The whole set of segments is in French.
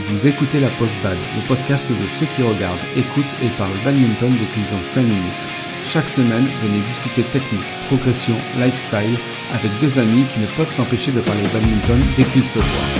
Vous écoutez la Post-Bad, le podcast de ceux qui regardent, écoutent et parlent badminton dès qu'ils ont 5 minutes. Chaque semaine, venez discuter technique, progression, lifestyle avec deux amis qui ne peuvent s'empêcher de parler badminton dès qu'ils se voient.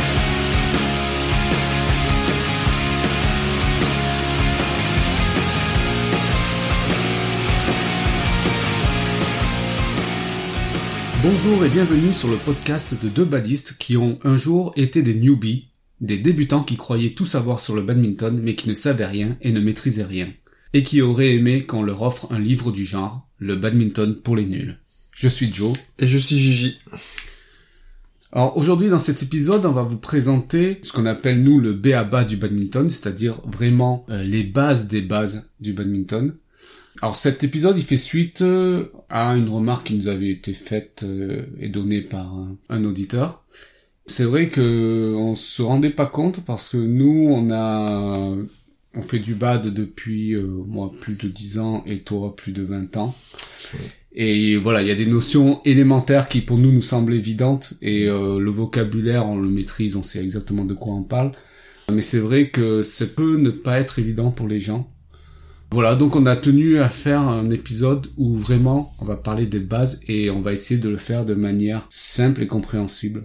Bonjour et bienvenue sur le podcast de deux badistes qui ont un jour été des newbies, des débutants qui croyaient tout savoir sur le badminton mais qui ne savaient rien et ne maîtrisaient rien, et qui auraient aimé qu'on leur offre un livre du genre, le badminton pour les nuls. Je suis Joe. Et je suis Gigi. Alors aujourd'hui dans cet épisode, on va vous présenter ce qu'on appelle nous le b.a.-ba du badminton, c'est-à-dire vraiment les bases des bases du badminton. Alors cet épisode il fait suite à une remarque qui nous avait été faite et donnée par un auditeur. C'est vrai que on se rendait pas compte parce que nous on fait du bad depuis moi plus de 10 ans et toi plus de 20 ans. Et voilà, il y a des notions élémentaires qui pour nous semblent évidentes et le vocabulaire on le maîtrise, on sait exactement de quoi on parle. Mais c'est vrai que ça peut ne pas être évident pour les gens. Voilà, donc on a tenu à faire un épisode où vraiment on va parler des bases et on va essayer de le faire de manière simple et compréhensible.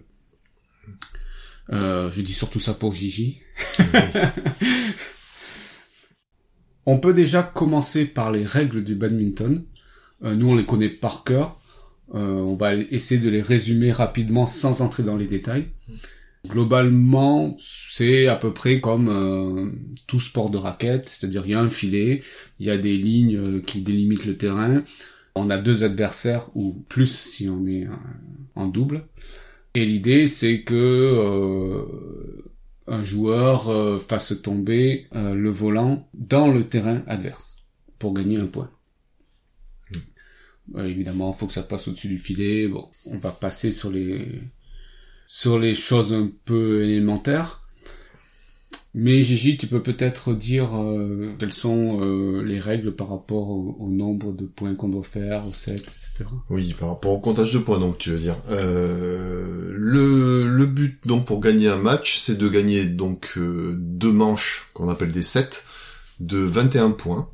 Je dis surtout ça pour Gigi. On peut déjà commencer par les règles du badminton. Nous on les connaît par cœur. On va essayer de les résumer rapidement sans entrer dans les détails. Globalement, c'est à peu près comme tout sport de raquette, c'est-à-dire il y a un filet, il y a des lignes qui délimitent le terrain, on a deux adversaires ou plus si on est en double, et l'idée c'est que un joueur fasse tomber le volant dans le terrain adverse pour gagner un point. Évidemment, il faut que ça passe au-dessus du filet. Bon, on va passer sur les choses un peu élémentaires. Mais Gigi, tu peux peut-être dire quelles sont les règles par rapport au nombre de points qu'on doit faire, au set, etc. Oui, par rapport au comptage de points, donc tu veux dire. Le but donc pour gagner un match, c'est de gagner donc deux manches qu'on appelle des sets de 21 points,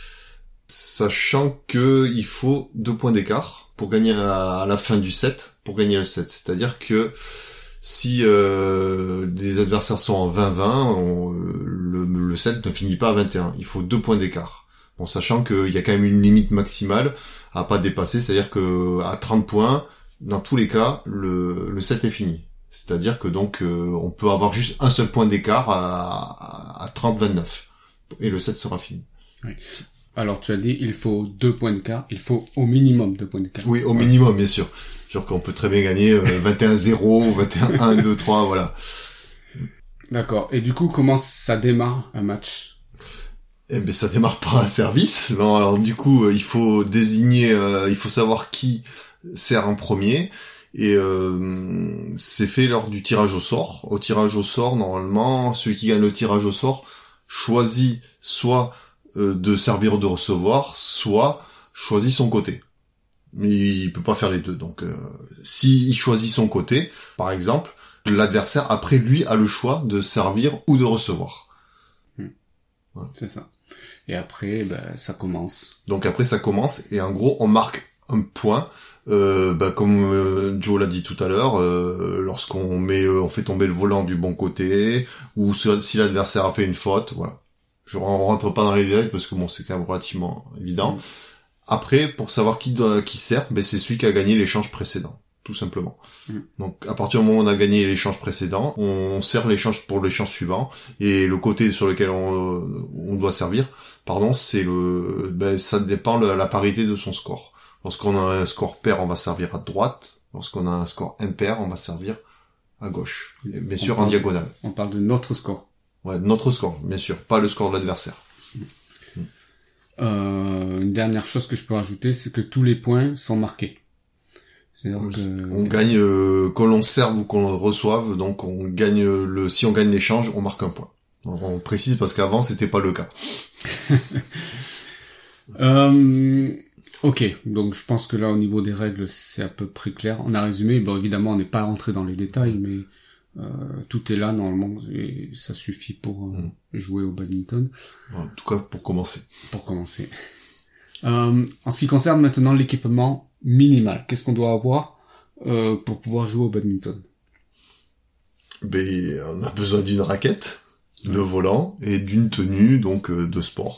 sachant que il faut 2 points d'écart pour gagner à la fin du set, pour gagner le set. C'est-à-dire que si les adversaires sont en 20-20, le set ne finit pas à 21. Il faut 2 points d'écart. Bon, sachant qu'il y a quand même une limite maximale à pas dépasser, c'est-à-dire que à 30 points, dans tous les cas, le set est fini. C'est-à-dire que donc on peut avoir juste un seul point d'écart à 30-29 et le set sera fini. Oui. Alors tu as dit il faut 2 points d'écart, il faut au minimum 2 points d'écart. Oui, au minimum bien sûr. Genre qu'on peut très bien gagner 21-0, 21-1, 2-3, voilà. D'accord. Et du coup, comment ça démarre un match ? Eh ben ça démarre par un service. Non, alors du coup, il faut désigner, il faut savoir qui sert en premier. Et c'est fait lors du tirage au sort. Au tirage au sort, normalement, celui qui gagne le tirage au sort choisit soit de servir ou de recevoir, soit choisit son côté. Mais il peut pas faire les deux. Donc, s'il choisit son côté, par exemple, l'adversaire, après, lui, a le choix de servir ou de recevoir. Voilà. C'est ça. Et après, ça commence. Donc après, ça commence, et en gros, on marque un point, comme Joe l'a dit tout à l'heure, lorsqu'on on fait tomber le volant du bon côté, ou si l'adversaire a fait une faute, voilà. On rentre pas dans les détails, parce que bon, c'est quand même relativement évident. Après, pour savoir qui sert, c'est celui qui a gagné l'échange précédent, tout simplement. Donc, à partir du moment où on a gagné l'échange précédent, on sert l'échange pour l'échange suivant, et le côté sur lequel on doit servir, c'est ça dépend de la parité de son score. Lorsqu'on a un score pair, on va servir à droite. Lorsqu'on a un score impair, on va servir à gauche. Bien sûr, en diagonale. On parle de notre score. Ouais, notre score, bien sûr, pas le score de l'adversaire. Une dernière chose que je peux rajouter, c'est que tous les points sont marqués. C'est-à-dire que on gagne qu'on l'on serve ou qu'on le reçoive, donc on gagne si on gagne l'échange, on marque un point. Donc on précise parce qu'avant c'était pas le cas. Ok, donc je pense que là au niveau des règles c'est à peu près clair. On a résumé, évidemment on n'est pas rentré dans les détails, mais Tout est là normalement et ça suffit pour jouer au badminton. En tout cas pour commencer. En ce qui concerne maintenant l'équipement minimal, qu'est-ce qu'on doit avoir pour pouvoir jouer au badminton? Ben, on a besoin d'une raquette, de volant et d'une tenue donc de sport.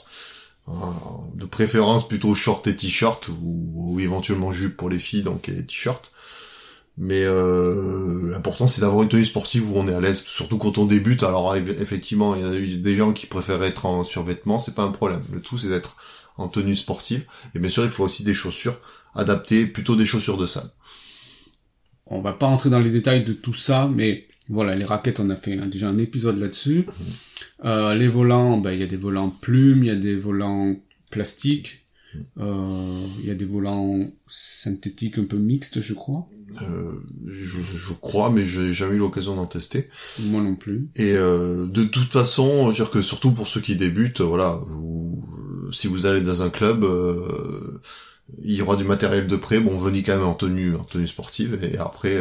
De préférence plutôt short et t-shirt ou éventuellement jupe pour les filles donc et t-shirt. Mais l'important c'est d'avoir une tenue sportive où on est à l'aise, surtout quand on débute. Alors effectivement, il y en a eu des gens qui préfèrent être en survêtement, c'est pas un problème. Le tout c'est d'être en tenue sportive. Et bien sûr, il faut aussi des chaussures adaptées, plutôt des chaussures de salle. On va pas rentrer dans les détails de tout ça, mais voilà, les raquettes, on a fait déjà un épisode là-dessus. Les volants, il y a des volants plumes, il y a des volants plastiques. Il y a des volants synthétiques un peu mixtes, je crois. Je crois, mais j'ai jamais eu l'occasion d'en tester. Moi non plus. Et de toute façon, je veux dire que surtout pour ceux qui débutent, voilà, si vous allez dans un club, il y aura du matériel de prêt. Bon, venez quand même en tenue sportive. Et après,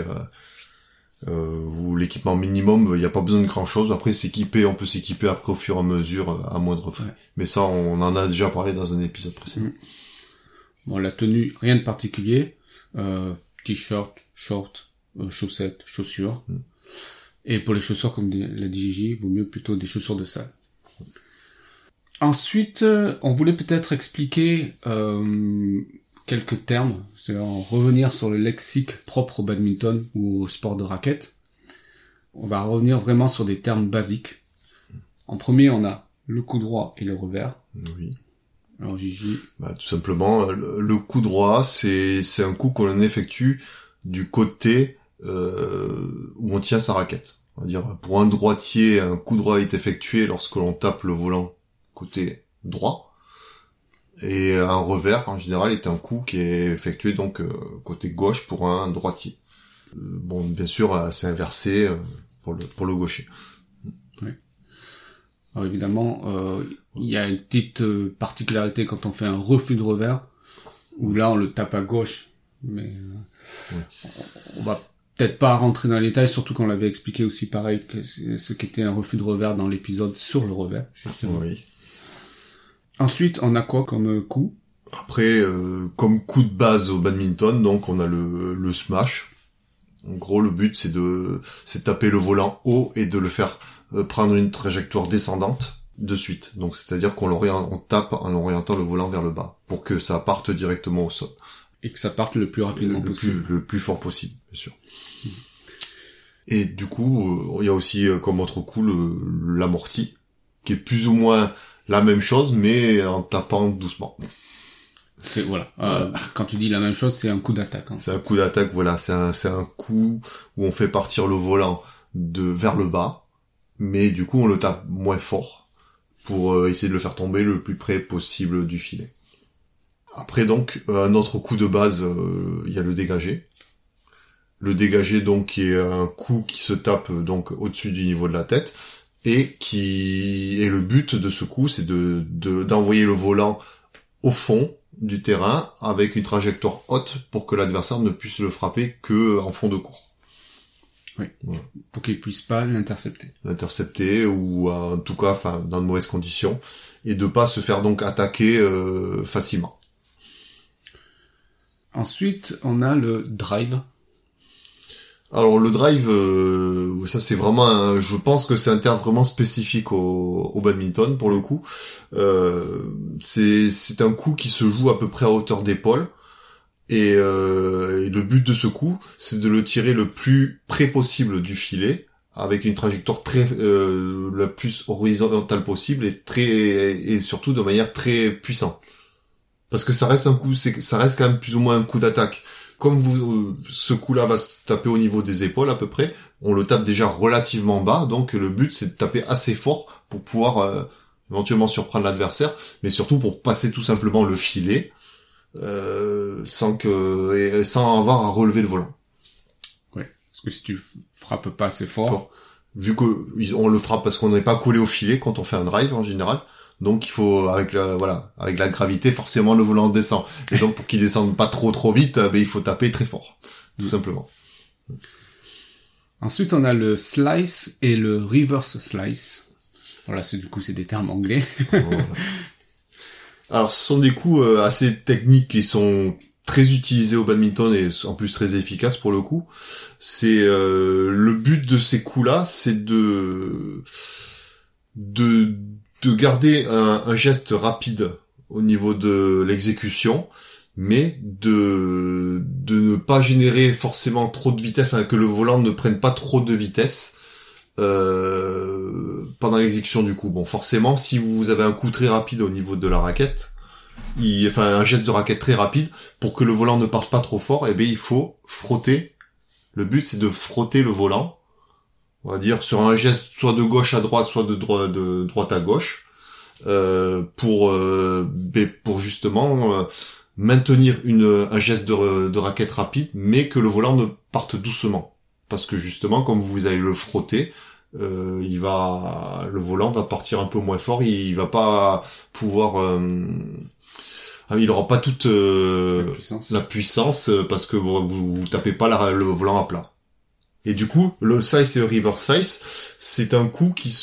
l'équipement minimum, il n'y a pas besoin de grand chose. Après, on peut s'équiper après au fur et à mesure à moindre frais. Ouais. Mais ça, on en a déjà parlé dans un épisode précédent. Bon, la tenue, rien de particulier. T-shirt, short, chaussettes, chaussures. Et pour les chaussures, comme l'a dit Gigi, il vaut mieux plutôt des chaussures de salle. Ensuite, on voulait peut-être expliquer quelques termes, c'est-à-dire revenir sur le lexique propre au badminton ou au sport de raquette. On va revenir vraiment sur des termes basiques. En premier, on a le coup droit et le revers. Oui. Alors Gigi. Tout simplement, le coup droit, c'est un coup qu'on effectue du côté où on tient sa raquette. On va dire, pour un droitier, un coup droit est effectué lorsque l'on tape le volant côté droit. Et un revers, en général, est un coup qui est effectué donc côté gauche pour un droitier. Bon, bien sûr, c'est inversé pour le gaucher. Oui. Alors évidemment, il y a une petite particularité quand on fait un refus de revers, où là on le tape à gauche, mais on va peut-être pas rentrer dans les détails, surtout qu'on l'avait expliqué aussi pareil, ce qu'était un refus de revers dans l'épisode sur le revers, justement. Oui. Ensuite, on a quoi comme coup? Après, comme coup de base au badminton, donc on a le smash. En gros, le but c'est de taper le volant haut et de le faire prendre une trajectoire descendante de suite. Donc c'est-à-dire on tape en orientant le volant vers le bas pour que ça parte directement au sol. Et que ça parte le plus rapidement possible. Le plus fort possible, bien sûr. Et du coup, il y a aussi comme autre coup l'amorti, qui est plus ou moins la même chose, mais en tapant doucement. Quand tu dis la même chose, c'est un coup d'attaque. C'est un coup d'attaque, voilà. C'est un coup où on fait partir le volant vers le bas, mais du coup on le tape moins fort pour essayer de le faire tomber le plus près possible du filet. Après donc, un autre coup de base, il y a le dégagé. Le dégagé donc qui est un coup qui se tape donc au-dessus du niveau de la tête. Et le but de ce coup, c'est d'envoyer le volant au fond du terrain avec une trajectoire haute pour que l'adversaire ne puisse le frapper que en fond de court. Oui. Voilà. Pour qu'il puisse pas l'intercepter. L'intercepter ou en tout cas, dans de mauvaises conditions et de pas se faire donc attaquer facilement. Ensuite, on a le drive. Alors le drive, ça c'est vraiment, je pense que c'est un terme vraiment spécifique au badminton pour le coup. C'est un coup qui se joue à peu près à hauteur d'épaule et le but de ce coup, c'est de le tirer le plus près possible du filet avec une trajectoire la plus horizontale possible et surtout de manière très puissante. Parce que ça reste quand même plus ou moins un coup d'attaque. Comme ce coup-là va se taper au niveau des épaules à peu près, on le tape déjà relativement bas, donc le but c'est de taper assez fort pour pouvoir éventuellement surprendre l'adversaire, mais surtout pour passer tout simplement le filet sans avoir à relever le volant. Oui, parce que si tu frappes pas assez fort, vu que on le frappe parce qu'on n'est pas collé au filet quand on fait un drive en général. Donc il faut avec la gravité forcément le volant descend et donc pour qu'il descende pas trop vite il faut taper très fort tout simplement. Ensuite, on a le slice et le reverse slice. Voilà, c'est des termes anglais. Voilà. Alors, ce sont des coups assez techniques qui sont très utilisés au badminton et en plus très efficaces pour le coup. C'est le but de ces coups-là, c'est de garder un geste rapide au niveau de l'exécution, mais de ne pas générer forcément trop de vitesse, enfin que le volant ne prenne pas trop de vitesse pendant l'exécution du coup. Bon, forcément, si vous avez un coup très rapide au niveau de la raquette, un geste de raquette très rapide, pour que le volant ne parte pas trop fort, il faut frotter. Le but, c'est de frotter le volant, on va dire, sur un geste soit de gauche à droite, soit de droite à gauche, pour justement maintenir un geste de raquette rapide, mais que le volant ne parte doucement. Parce que justement, comme vous allez le frotter, le volant va partir un peu moins fort, il va pas pouvoir... il aura pas toute la puissance parce que vous tapez pas le volant à plat. Et du coup, le slice et le reverse slice, c'est un coup qui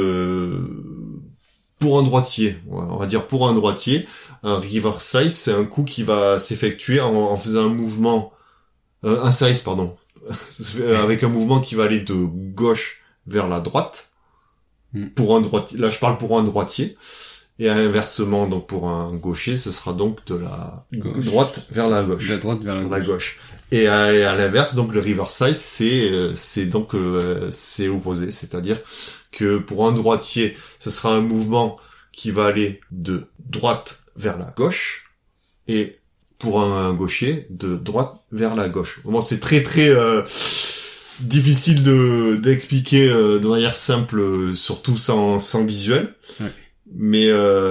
pour un droitier, on va dire pour un droitier, un reverse slice, c'est un coup qui va s'effectuer en faisant un mouvement, un slice, pardon, avec un mouvement qui va aller de gauche vers la droite. Pour un droitier, là je parle pour un droitier. Et inversement, donc pour un gaucher, ce sera donc de la droite vers la gauche. De la droite vers la gauche. Et à l'inverse, donc le reverse slice, c'est l'opposé, c'est-à-dire que pour un droitier, ce sera un mouvement qui va aller de droite vers la gauche, et pour un gaucher, de droite vers la gauche. Bon, c'est très très difficile d'expliquer de manière simple, surtout sans visuel. Ouais. Mais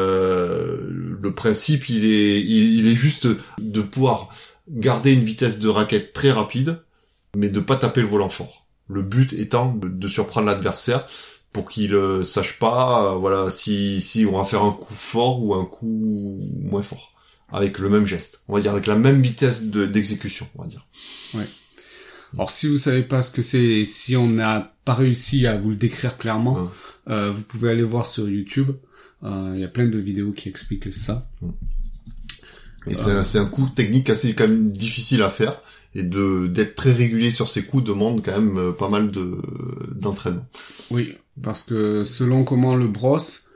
le principe, il est juste de pouvoir garder une vitesse de raquette très rapide, mais de pas taper le volant fort. Le but étant de surprendre l'adversaire pour qu'il sache pas, si on va faire un coup fort ou un coup moins fort, avec le même geste. On va dire avec la même vitesse d'exécution, on va dire. Ouais. Alors si vous savez pas ce que c'est, si on n'a pas réussi à vous le décrire clairement, vous pouvez aller voir sur YouTube. Il y a plein de vidéos qui expliquent ça. Et c'est un coup technique assez quand même difficile à faire, et d'être très régulier sur ces coups demande quand même pas mal d'entraînement. Oui, parce que selon comment le brosse,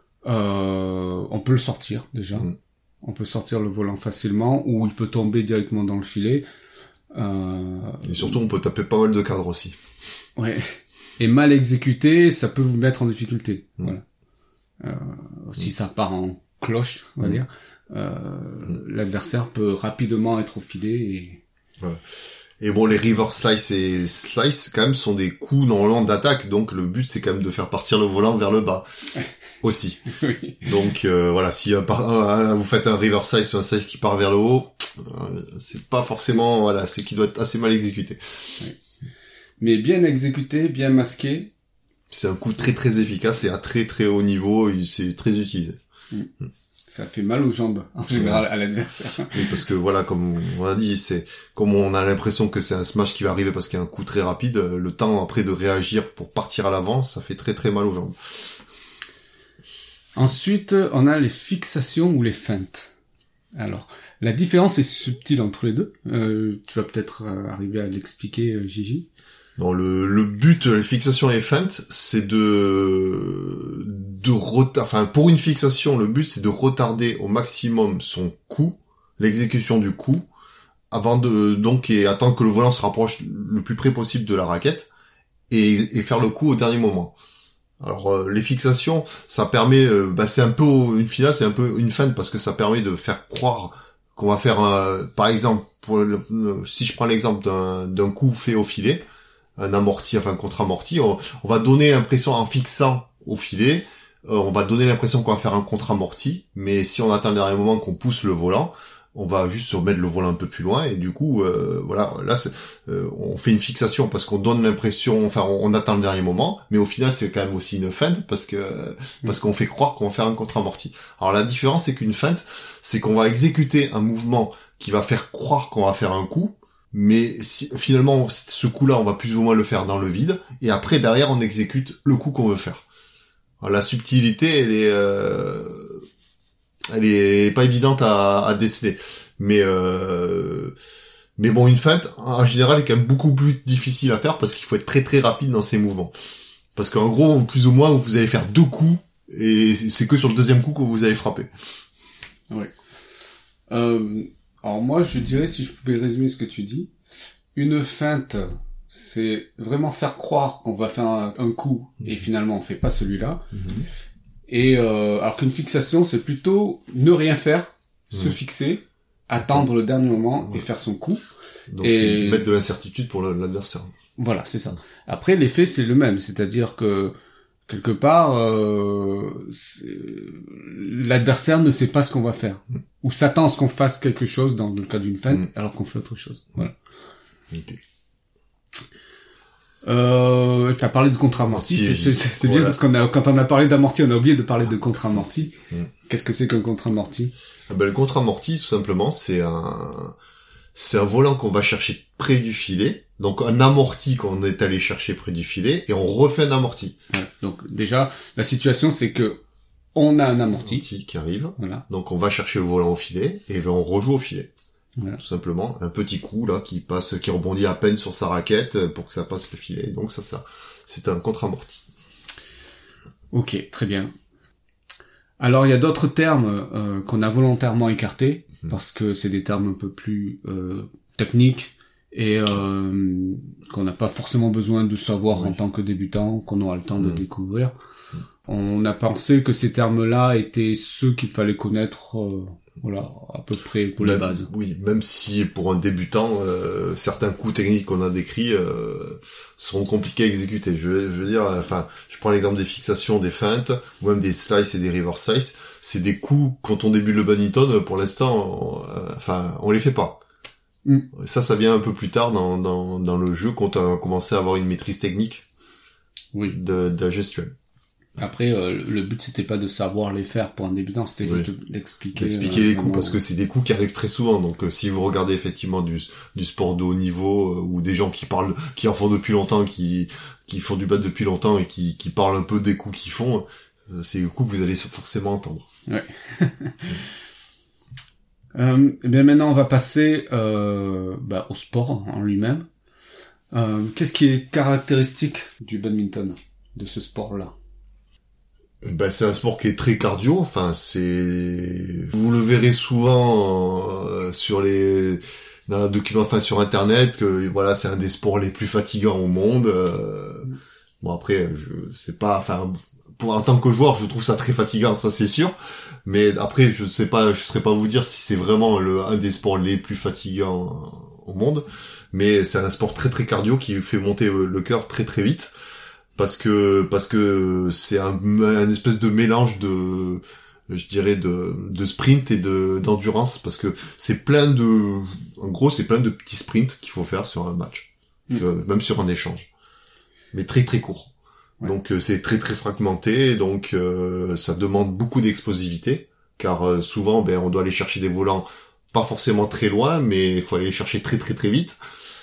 on peut le sortir déjà. On peut sortir le volant facilement, ou il peut tomber directement dans le filet. Et surtout, on peut taper pas mal de cadres aussi. Ouais. Et mal exécuté, ça peut vous mettre en difficulté. Voilà. Si ça part en cloche, on va dire, l'adversaire peut rapidement être au filet et... Ouais. Et bon, les reverse slice et slice, quand même, sont des coups normalement d'attaque, donc le but, c'est quand même de faire partir le volant vers le bas. Aussi. Oui. Donc, si vous faites un reverse slice ou un slice qui part vers le haut, c'est pas forcément, c'est qui doit être assez mal exécuté. Oui. Mais bien exécuté, bien masqué. C'est un coup très très efficace et à très très haut niveau, c'est très utilisé. Ça fait mal aux jambes, en général, à l'adversaire. Oui, parce que comme on a dit, comme on a l'impression que c'est un smash qui va arriver parce qu'il y a un coup très rapide, le temps après de réagir pour partir à l'avant, ça fait très très mal aux jambes. Ensuite, on a les fixations ou les feintes. Alors, la différence est subtile entre les deux. Tu vas peut-être arriver à l'expliquer, Gigi. Non, le but, les fixations et les feintes, c'est pour une fixation, le but, c'est de retarder au maximum son coup, l'exécution du coup, et attendre que le volant se rapproche le plus près possible de la raquette, et faire le coup au dernier moment. Alors, les fixations, ça permet, c'est un peu une finale, c'est un peu une feinte, parce que ça permet de faire croire qu'on va faire par exemple, si je prends l'exemple d'un coup fait au filet, un amorti, un contre-amorti, on va donner l'impression en fixant au filet, on va donner l'impression qu'on va faire un contre-amorti, mais si on attend le dernier moment qu'on pousse le volant, on va juste remettre le volant un peu plus loin, et du coup, on fait une fixation parce qu'on donne l'impression, on attend le dernier moment, mais au final, c'est quand même aussi une feinte parce qu'on fait croire qu'on va faire un contre-amorti. Alors la différence, c'est qu'une feinte, c'est qu'on va exécuter un mouvement qui va faire croire qu'on va faire un coup, mais finalement, ce coup-là, on va plus ou moins le faire dans le vide, et après, derrière, on exécute le coup qu'on veut faire. Alors, la subtilité, elle est pas évidente à déceler. Mais bon, une feinte, en général, est quand même beaucoup plus difficile à faire parce qu'il faut être très très rapide dans ses mouvements. Parce qu'en gros, plus ou moins, vous allez faire 2 coups, et c'est que sur le deuxième coup que vous allez frapper. Oui. Alors moi, je dirais, si je pouvais résumer ce que tu dis, une feinte, c'est vraiment faire croire qu'on va faire un coup, et finalement on fait pas celui-là. Et alors qu'une fixation, c'est plutôt ne rien faire, se fixer, attendre le dernier moment et faire son coup. Donc c'est mettre de l'incertitude pour l'adversaire. Voilà, c'est ça. Après, l'effet, c'est le même, c'est-à-dire que quelque part, l'adversaire ne sait pas ce qu'on va faire, ou s'attend à ce qu'on fasse quelque chose dans le cas d'une feinte, alors qu'on fait autre chose. Voilà. Okay. T'as parlé de contre-amorti, c'est bien parce quand on a parlé d'amorti, on a oublié de parler de contre-amorti. Qu'est-ce que c'est qu'un contre-amorti? Le contre-amorti, tout simplement, c'est un volant qu'on va chercher près du filet, donc un amorti qu'on est allé chercher près du filet, et on refait un amorti. Ouais, donc déjà, la situation, c'est que on a un amorti qui arrive, voilà. Donc on va chercher le volant au filet, et on rejoue au filet. Voilà. Tout simplement, un petit coup là qui rebondit à peine sur sa raquette pour que ça passe le filet. Donc ça, c'est un contre-amorti. Ok, très bien. Alors il y a d'autres termes qu'on a volontairement écartés parce que c'est des termes un peu plus techniques et qu'on n'a pas forcément besoin de savoir en tant que débutant, qu'on aura le temps de découvrir. On a pensé que ces termes-là étaient ceux qu'il fallait connaître. Voilà, à peu près pour la base. Oui, même si pour un débutant, certains coups techniques qu'on a décrits seront compliqués à exécuter. Je veux dire, enfin, je prends l'exemple des fixations, des feintes, ou même des slices et des reverse slices. C'est des coups, quand on débute le badminton, pour l'instant, on les fait pas. Ça vient un peu plus tard dans le jeu, quand on a commencé à avoir une maîtrise technique de la gestuelle. Après, le but c'était pas de savoir les faire pour un débutant, c'était juste d'expliquer les coups, parce que c'est des coups qui arrivent très souvent. Donc si vous regardez effectivement du sport de haut niveau ou des gens qui en font depuis longtemps, qui font du bad depuis longtemps et qui parlent un peu des coups qu'ils font, c'est des coups que vous allez forcément entendre. Ouais. Et bien maintenant on va passer au sport en lui-même. Qu'est-ce qui est caractéristique du badminton, de ce sport-là? C'est un sport qui est très cardio. Enfin, vous le verrez souvent dans la documentation sur internet que voilà, c'est un des sports les plus fatigants au monde. Bon après, en tant que joueur, je trouve ça très fatigant, ça c'est sûr. Mais après, je serais pas vous dire si c'est vraiment un des sports les plus fatigants au monde. Mais c'est un sport très très cardio qui fait monter le cœur très très vite. Parce que c'est un espèce de mélange de sprint et d'endurance, parce que c'est plein de petits sprints qu'il faut faire sur un match, même sur un échange, mais très très court. Ouais. Donc c'est très très fragmenté, donc ça demande beaucoup d'explosivité, car souvent on doit aller chercher des volants pas forcément très loin, mais il faut aller les chercher très très très vite.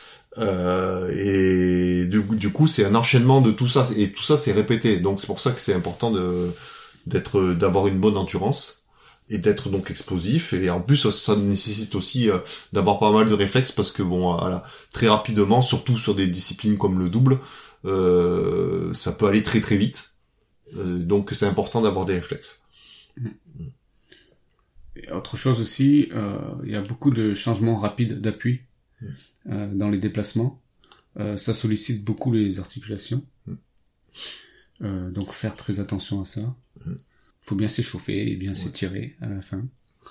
Et du coup c'est un enchaînement de tout ça, et tout ça c'est répété, donc c'est pour ça que c'est important d'avoir une bonne endurance et d'être donc explosif, et en plus ça nécessite aussi d'avoir pas mal de réflexes, parce que très rapidement, surtout sur des disciplines comme le double, ça peut aller très très vite, donc c'est important d'avoir des réflexes. Et autre chose aussi, il y a beaucoup de changements rapides d'appui dans les déplacements. Ça sollicite beaucoup les articulations. Donc faire très attention à ça. Faut bien s'échauffer et bien s'étirer à la fin.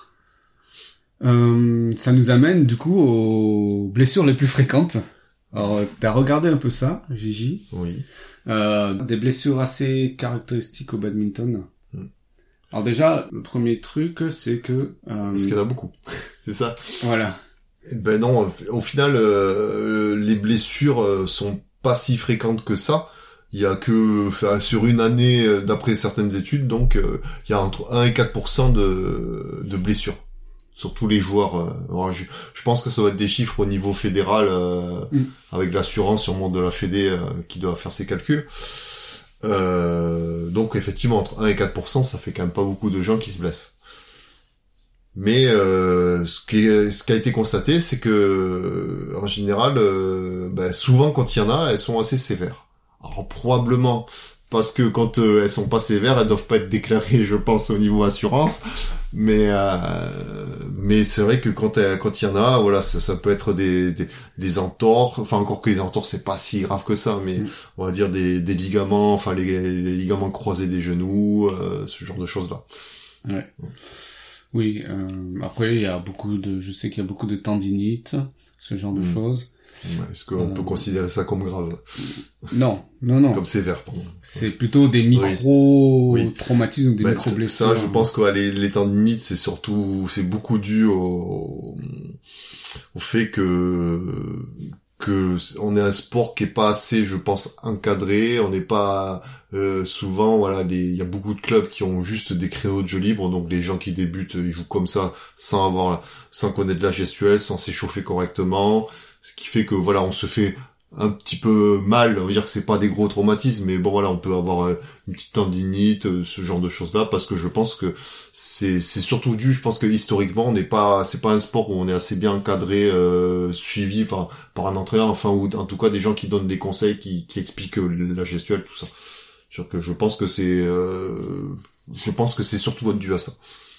Ça nous amène du coup aux blessures les plus fréquentes. Alors t'as regardé un peu ça, Gigi? Oui. Des blessures assez caractéristiques au badminton. Alors déjà, le premier truc, c'est que... Parce qu'il y en a beaucoup. C'est ça? Voilà. Ben non, au final, les blessures sont pas si fréquentes que ça. Il y a que, sur une année, d'après certaines études, donc, il y a entre 1 et 4% de blessures. sur tous les joueurs. Alors, je pense que ça doit être des chiffres au niveau fédéral, avec l'assurance sûrement de la Fédé qui doit faire ses calculs. Donc effectivement, entre 1 et 4%, ça fait quand même pas beaucoup de gens qui se blessent. Mais ce qui a été constaté, c'est que en général, souvent quand il y en a, elles sont assez sévères. Alors probablement parce que quand elles sont pas sévères, elles doivent pas être déclarées, je pense, au niveau assurance. Mais c'est vrai que quand il y en a, voilà, ça peut être des entorses. Enfin, encore que les entorses, c'est pas si grave que ça, mais on va dire des ligaments, enfin les ligaments croisés des genoux, ce genre de choses là. Ouais. Oui. Après, je sais qu'il y a beaucoup de tendinites, ce genre de choses. Est-ce qu'on peut considérer ça comme grave? Non. Comme sévère, pardon. C'est plutôt des micro-traumatismes ou des micro-blessures. Ça, je pense que les tendinites, c'est beaucoup dû au fait que on est un sport qui est pas assez, je pense, encadré. On n'est pas souvent, voilà, il y a beaucoup de clubs qui ont juste des créneaux de jeu libre, donc les gens qui débutent, ils jouent comme ça, sans connaître la gestuelle, sans s'échauffer correctement. Ce qui fait que voilà, on se fait un petit peu mal, on va dire que c'est pas des gros traumatismes, mais bon voilà, on peut avoir une petite tendinite, ce genre de choses-là, parce que je pense que c'est surtout dû, je pense que historiquement, c'est pas un sport où on est assez bien encadré, suivi par un entraîneur, enfin, ou en tout cas des gens qui donnent des conseils, qui expliquent la gestuelle, tout ça. Je pense que c'est surtout dû à ça.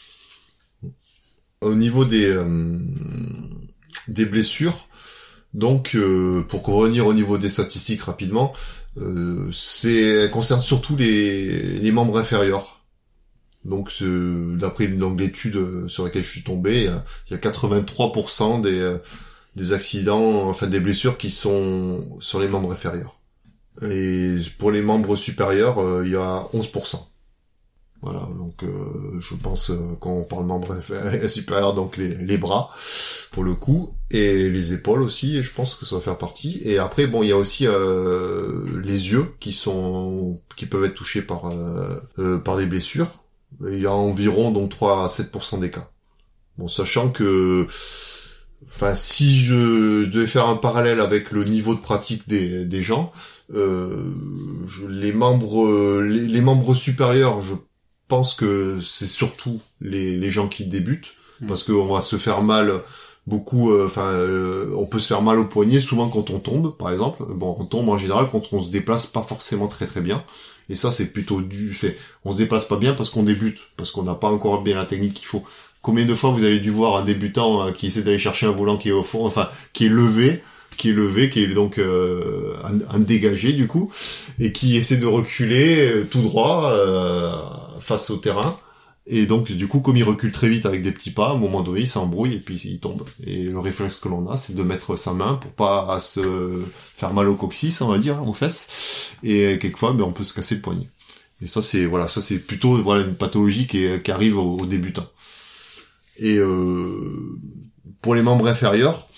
Au niveau des blessures, donc, pour revenir au niveau des statistiques rapidement, elle concerne surtout les membres inférieurs. Donc, d'après l'étude sur laquelle je suis tombé, il y a 83% des accidents, enfin des blessures qui sont sur les membres inférieurs. Et pour les membres supérieurs, il y a 11%. Voilà, donc je pense quand on parle membres supérieurs, donc les bras pour le coup, et les épaules aussi, et je pense que ça va faire partie. Et après, bon, il y a aussi les yeux qui peuvent être touchés par des blessures. Et il y a environ donc 3 à 7% des cas. Bon, sachant que, enfin, si je devais faire un parallèle avec le niveau de pratique des gens, les membres supérieurs, je pense que c'est surtout les gens qui débutent, parce qu'on va se faire mal beaucoup, on peut se faire mal au poignet souvent quand on tombe, par exemple. Bon, on tombe en général quand on se déplace pas forcément très très bien, et ça c'est plutôt du fait. On se déplace pas bien parce qu'on débute, parce qu'on n'a pas encore bien la technique qu'il faut. Combien de fois vous avez dû voir un débutant qui essaie d'aller chercher un volant qui est au fond, enfin qui est levé, qui est donc un dégagé du coup, et qui essaie de reculer tout droit face au terrain, et donc du coup comme il recule très vite avec des petits pas, à un moment donné il s'embrouille et puis il tombe, et le réflexe que l'on a c'est de mettre sa main pour pas se faire mal au coccyx, on va dire, aux fesses, et quelquefois on peut se casser le poignet. Et ça c'est plutôt une pathologie qui arrive aux débutants. Et pour les membres inférieurs,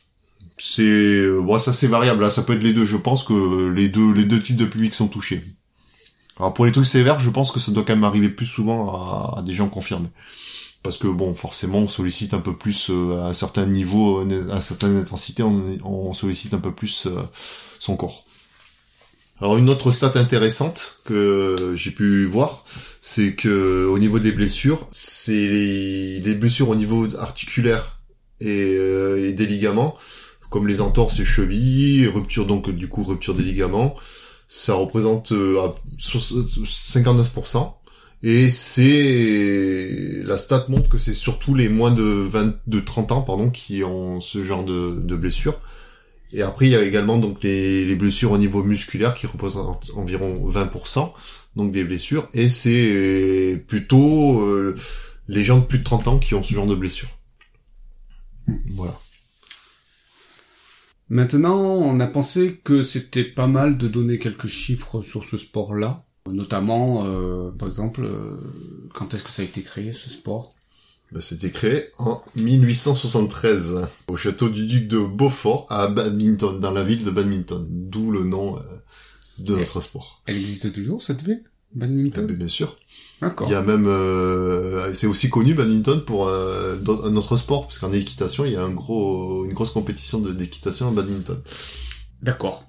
ça c'est variable, là ça peut être les deux. Je pense que les deux types de publics sont touchés. Alors pour les trucs sévères, je pense que ça doit quand même arriver plus souvent à des gens confirmés, parce que bon, forcément on sollicite un peu plus à un certain niveau, à une certaine intensité, on sollicite un peu plus son corps. Alors une autre stat intéressante que j'ai pu voir, c'est que au niveau des blessures, c'est les blessures au niveau articulaire et des ligaments, comme les entorses et chevilles, rupture des ligaments, ça représente à 59%, et la stat montre que c'est surtout les moins de 30 ans, qui ont ce genre de blessures. Et après, il y a également donc les blessures au niveau musculaire qui représentent environ 20%, donc des blessures, et c'est plutôt les gens de plus de 30 ans qui ont ce genre de blessures. Voilà. Maintenant, on a pensé que c'était pas mal de donner quelques chiffres sur ce sport-là, notamment, par exemple, quand est-ce que ça a été créé, ce sport ? C'était créé en 1873 au château du duc de Beaufort à Badminton, dans la ville de Badminton, d'où le nom de notre sport. Elle existe toujours, cette ville ? badminton? Bien sûr. D'accord. Il y a même, c'est aussi connu badminton pour un autre sport, parce qu'en équitation, il y a une grosse compétition d'équitation en badminton. D'accord.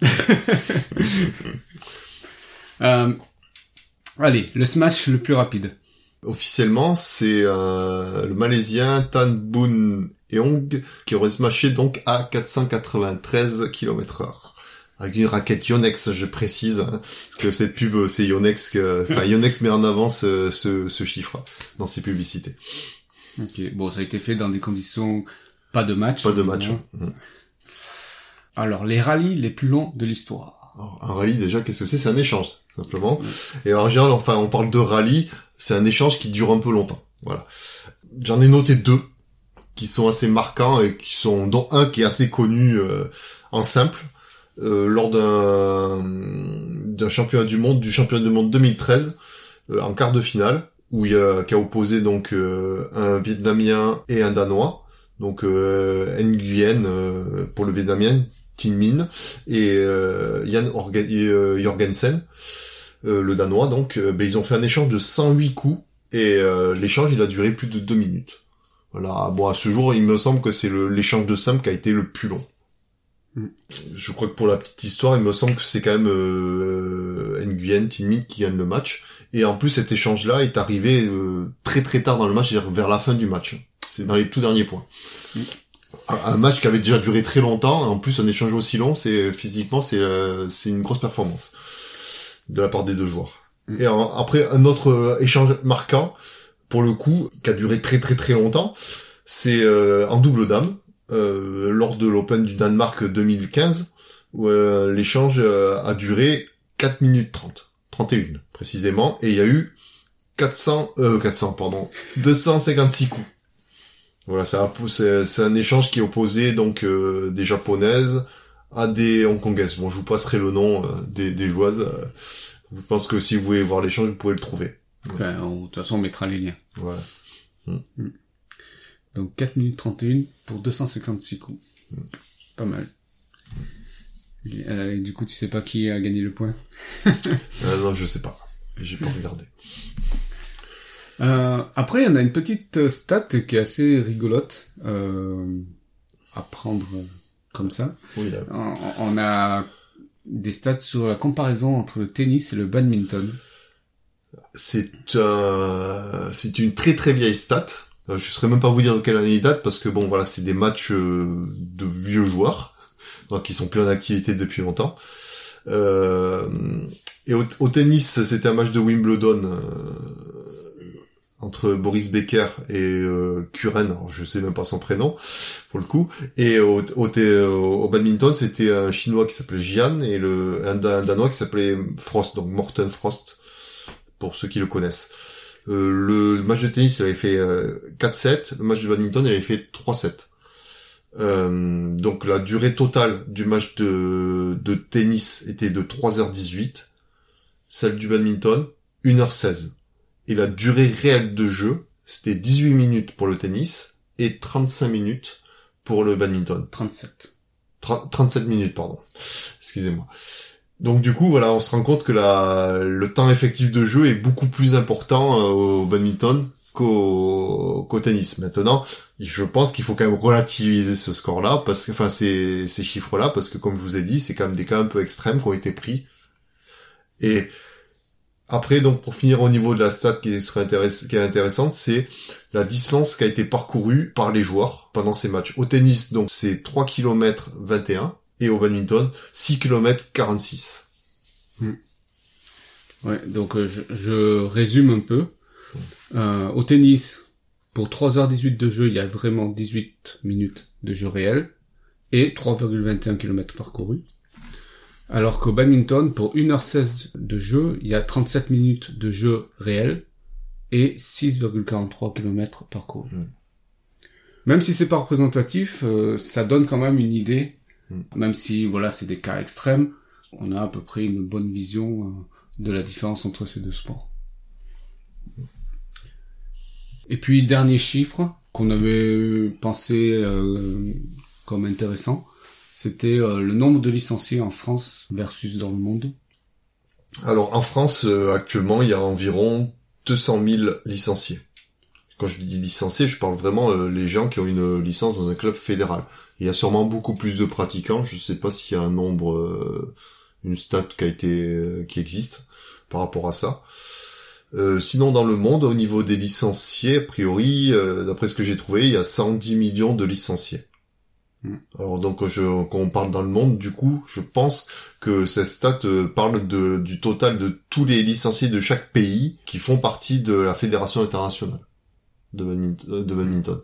Allez, le smash le plus rapide. Officiellement, c'est le Malaisien Tan Boon Eong qui aurait smashé donc à 493 km/h. Avec une raquette Yonex, je précise, hein, parce que cette pub, c'est Yonex Yonex met en avant ce chiffre dans ses publicités. Ok, bon, ça a été fait dans des conditions pas de match. Pas de match. Alors, les rallyes les plus longs de l'histoire. Alors, un rallye, déjà, qu'est-ce que c'est? C'est un échange, simplement. Et en général, enfin, on parle de rallye, c'est un échange qui dure un peu longtemps. Voilà. J'en ai noté 2 qui sont assez marquants et dont un qui est assez connu en simple. Lors d'un championnat du monde 2013 en quart de finale qui a opposé donc un Vietnamien et un Danois, donc Nguyen pour le Vietnamien, Tin Min, et Jan Jorgensen, le Danois. Donc ils ont fait un échange de 108 coups et l'échange il a duré plus de 2 minutes. Voilà. Bon, à ce jour il me semble que c'est l'échange de simple qui a été le plus long. Je crois que pour la petite histoire, il me semble que c'est quand même Nguyen, Tin Min qui gagne le match. Et en plus, cet échange-là est arrivé très très tard dans le match, c'est-à-dire vers la fin du match. C'est dans les tout derniers points. Un match qui avait déjà duré très longtemps, et en plus un échange aussi long, physiquement c'est une grosse performance de la part des deux joueurs. Et après, un autre échange marquant, pour le coup, qui a duré très très très longtemps, c'est en double dame. Lors de l'Open du Danemark 2015, où l'échange a duré 4 minutes 31 précisément, et il y a eu 256 coups. Voilà, c'est un échange qui opposait donc des japonaises à des hongkongaises. Bon, je vous passerai le nom des joueuses. Je pense que si vous voulez voir l'échange, vous pouvez le trouver. Enfin, de toute façon, on mettra les liens. Voilà. Donc 4 minutes 31 pour 256 coups. Pas mal. Et du coup, tu sais pas qui a gagné le point? Non, je sais pas. J'ai pas regardé. Après, on a une petite stat qui est assez rigolote à prendre comme ça. Oui, là. On a des stats sur la comparaison entre le tennis et le badminton. C'est une très très vieille stat. Je saurais même pas vous dire de quelle année il date parce que bon voilà, c'est des matchs de vieux joueurs donc qui sont plus en activité depuis longtemps. Et au tennis, c'était un match de Wimbledon entre Boris Becker et Kuren, alors je sais même pas son prénom pour le coup. Et au badminton, c'était un Chinois qui s'appelait Jian et un Danois qui s'appelait Frost, donc Morten Frost pour ceux qui le connaissent. Le match de tennis, il avait fait 4-7. Le match de badminton, il avait fait 3-7. Donc la durée totale du match de tennis était de 3h18. Celle du badminton, 1h16. Et la durée réelle de jeu, c'était 18 minutes pour le tennis et 35 minutes pour le badminton. 37 minutes, pardon. Excusez-moi. Donc du coup, voilà, on se rend compte que le temps effectif de jeu est beaucoup plus important au badminton qu'au tennis. Maintenant, je pense qu'il faut quand même relativiser ce score-là, ces chiffres-là, parce que comme je vous ai dit, c'est quand même des cas un peu extrêmes qui ont été pris. Et après, donc pour finir au niveau de la stat qui est intéressante, c'est la distance qui a été parcourue par les joueurs pendant ces matchs. Au tennis, donc c'est 3 km 21. Et au badminton, 6 km 46. Ouais, donc je résume un peu. Au tennis, pour 3h18 de jeu, il y a vraiment 18 minutes de jeu réel et 3,21 km parcourus. Alors qu'au badminton, pour 1h16 de jeu, il y a 37 minutes de jeu réel et 6,43 km parcourus. Même si c'est pas représentatif, ça donne quand même une idée. Même si, voilà, c'est des cas extrêmes, on a à peu près une bonne vision de la différence entre ces deux sports. Et puis, dernier chiffre qu'on avait pensé comme intéressant, c'était le nombre de licenciés en France versus dans le monde. Alors en France, actuellement, il y a environ 200 000 licenciés. Quand je dis licenciés, je parle vraiment les gens qui ont une licence dans un club fédéral. Il y a sûrement beaucoup plus de pratiquants. Je sais pas s'il y a un nombre, une stat qui existe par rapport à ça. Sinon, dans le monde, au niveau des licenciés, a priori, d'après ce que j'ai trouvé, il y a 110 millions de licenciés. Alors donc, quand on parle dans le monde, du coup, je pense que cette stat parle du total de tous les licenciés de chaque pays qui font partie de la Fédération internationale de badminton.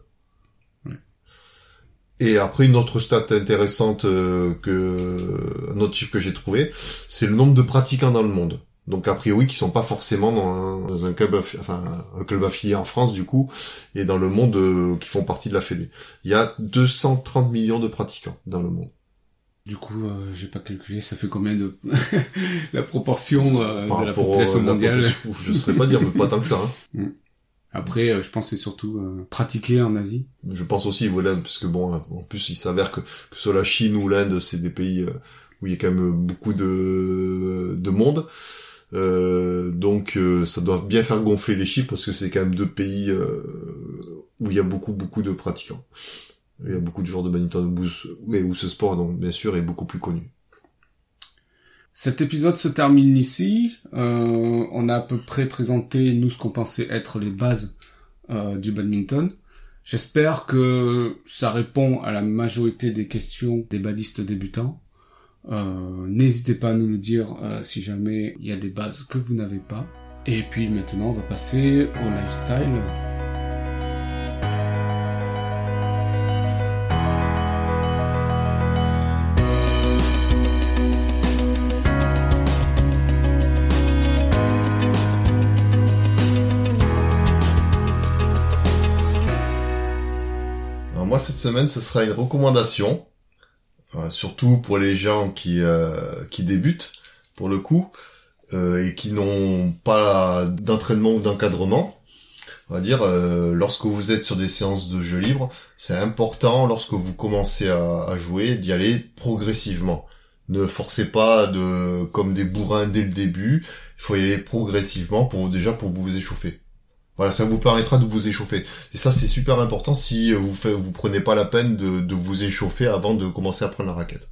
Et après, une autre stat intéressante un autre chiffre que j'ai trouvé, c'est le nombre de pratiquants dans le monde. Donc, a priori, qui sont pas forcément dans un club, un club affilié en France, du coup, et dans le monde, qui font partie de la Fédé. Il y a 230 millions de pratiquants dans le monde. Du coup, j'ai pas calculé, ça fait combien de la proportion de la population mondiale? Je saurais pas dire, mais pas tant que ça. Hein. Après, je pense que c'est surtout pratiqué en Asie. Je pense aussi, voilà, parce que bon, en plus, il s'avère que ce soit la Chine ou l'Inde, c'est des pays où il y a quand même beaucoup de monde. Donc ça doit bien faire gonfler les chiffres parce que c'est quand même deux pays où il y a beaucoup de pratiquants. Il y a beaucoup de joueurs de badminton où ce sport, donc bien sûr, est beaucoup plus connu. Cet épisode se termine ici. On a à peu près présenté, nous, ce qu'on pensait être les bases du badminton. J'espère que ça répond à la majorité des questions des badistes débutants. N'hésitez pas à nous le dire si jamais il y a des bases que vous n'avez pas. Et puis maintenant, on va passer au lifestyle. Moi, cette semaine, ce sera une recommandation, surtout pour les gens qui débutent, pour le coup, et qui n'ont pas d'entraînement ou d'encadrement. On va dire, lorsque vous êtes sur des séances de jeu libre, c'est important, lorsque vous commencez à jouer, d'y aller progressivement. Ne forcez pas comme des bourrins dès le début. Il faut y aller progressivement pour vous échauffer. Voilà, ça vous permettra de vous échauffer. Et ça, c'est super important si vous prenez pas la peine de vous échauffer avant de commencer à prendre la raquette.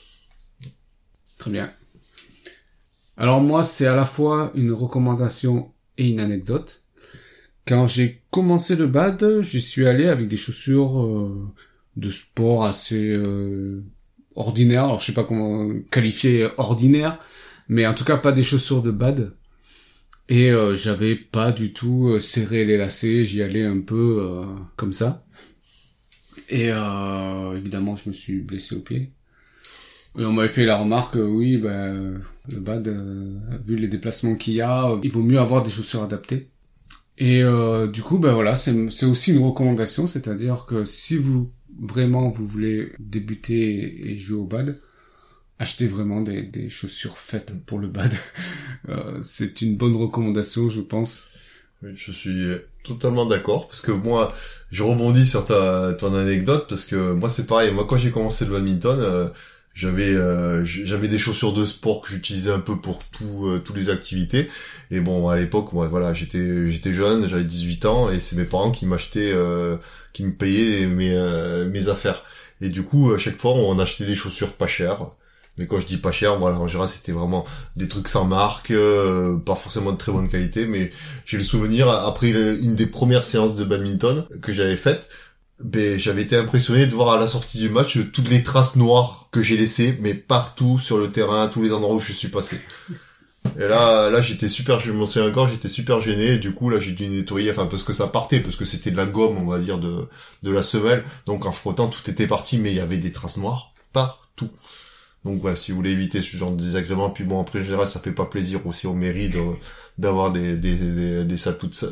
Très bien. Alors moi, c'est à la fois une recommandation et une anecdote. Quand j'ai commencé le bad, j'y suis allé avec des chaussures de sport assez ordinaires. Alors je sais pas comment qualifier ordinaire, mais en tout cas pas des chaussures de bad. Et j'avais pas du tout serré les lacets, j'y allais un peu comme ça. Et évidemment, je me suis blessé au pied. Et on m'avait fait la remarque, oui, le bad, vu les déplacements qu'il y a, il vaut mieux avoir des chaussures adaptées. Et du coup, voilà, c'est aussi une recommandation, c'est-à-dire que si vous voulez débuter et jouer au bad, achetez vraiment des chaussures faites pour le bad. C'est une bonne recommandation, je pense. Oui, je suis totalement d'accord, parce que moi, je rebondis sur ton anecdote, parce que moi, c'est pareil. Moi, quand j'ai commencé le badminton, j'avais des chaussures de sport que j'utilisais un peu pour toutes les activités. Et bon, à l'époque, moi, voilà, j'étais jeune, j'avais 18 ans, et c'est mes parents qui m'achetaient, qui me payaient mes affaires. Et du coup, à chaque fois, on achetait des chaussures pas chères. Mais quand je dis pas cher, voilà, en général, c'était vraiment des trucs sans marque, pas forcément de très bonne qualité, mais j'ai le souvenir, après une des premières séances de badminton que j'avais faites, j'avais été impressionné de voir à la sortie du match toutes les traces noires que j'ai laissées, mais partout sur le terrain, à tous les endroits où je suis passé. Et là, je m'en souviens encore, j'étais super gêné, et du coup, là, j'ai dû nettoyer, parce que ça partait, parce que c'était de la gomme, on va dire, de la semelle, donc en frottant, tout était parti, mais il y avait des traces noires partout. Donc voilà, si vous voulez éviter ce genre de désagrément, puis bon, après, en général, ça fait pas plaisir aussi aux mairies d'avoir des salles toutes,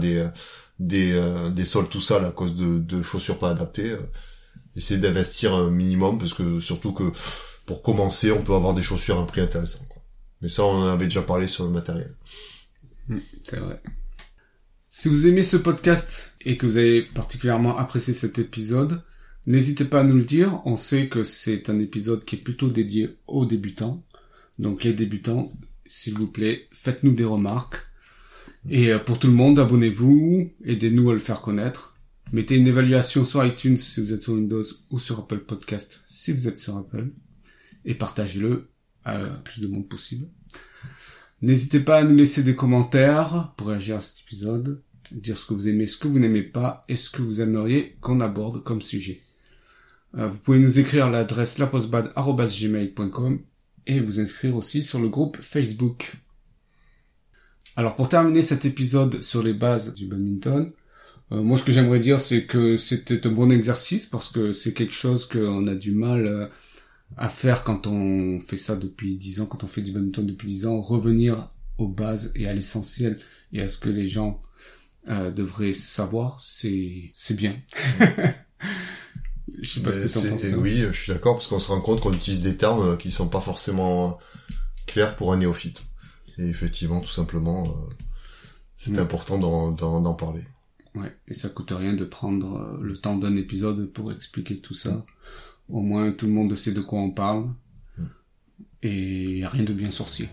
des sols tout sales à cause de chaussures pas adaptées. Essayez d'investir un minimum, parce que surtout que pour commencer, on peut avoir des chaussures à un prix intéressant, quoi. Mais ça, on en avait déjà parlé sur le matériel. C'est vrai. Si vous aimez ce podcast et que vous avez particulièrement apprécié cet épisode, n'hésitez pas à nous le dire. On sait que c'est un épisode qui est plutôt dédié aux débutants. Donc les débutants, s'il vous plaît, faites-nous des remarques. Et pour tout le monde, abonnez-vous, aidez-nous à le faire connaître. Mettez une évaluation sur iTunes si vous êtes sur Windows ou sur Apple Podcast si vous êtes sur Apple. Et partagez-le à le plus de monde possible. N'hésitez pas à nous laisser des commentaires pour réagir à cet épisode, dire ce que vous aimez, ce que vous n'aimez pas et ce que vous aimeriez qu'on aborde comme sujet. Vous pouvez nous écrire à l'adresse lapostbad@gmail.com et vous inscrire aussi sur le groupe Facebook. Alors pour terminer cet épisode sur les bases du badminton, moi ce que j'aimerais dire c'est que c'était un bon exercice parce que c'est quelque chose qu'on a du mal à faire quand on fait ça depuis 10 ans, quand on fait du badminton depuis 10 ans, revenir aux bases et à l'essentiel et à ce que les gens devraient savoir, c'est bien. Je sais pas ce que t'en penses. Oui, je suis d'accord parce qu'on se rend compte qu'on utilise des termes qui sont pas forcément clairs pour un néophyte. Et effectivement, tout simplement, c'est important d'en parler. Ouais, et ça coûte rien de prendre le temps d'un épisode pour expliquer tout ça. Au moins, tout le monde sait de quoi on parle. Et y a rien de bien sorcier.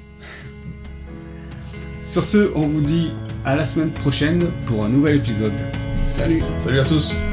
Sur ce, on vous dit à la semaine prochaine pour un nouvel épisode. Salut! Salut à tous!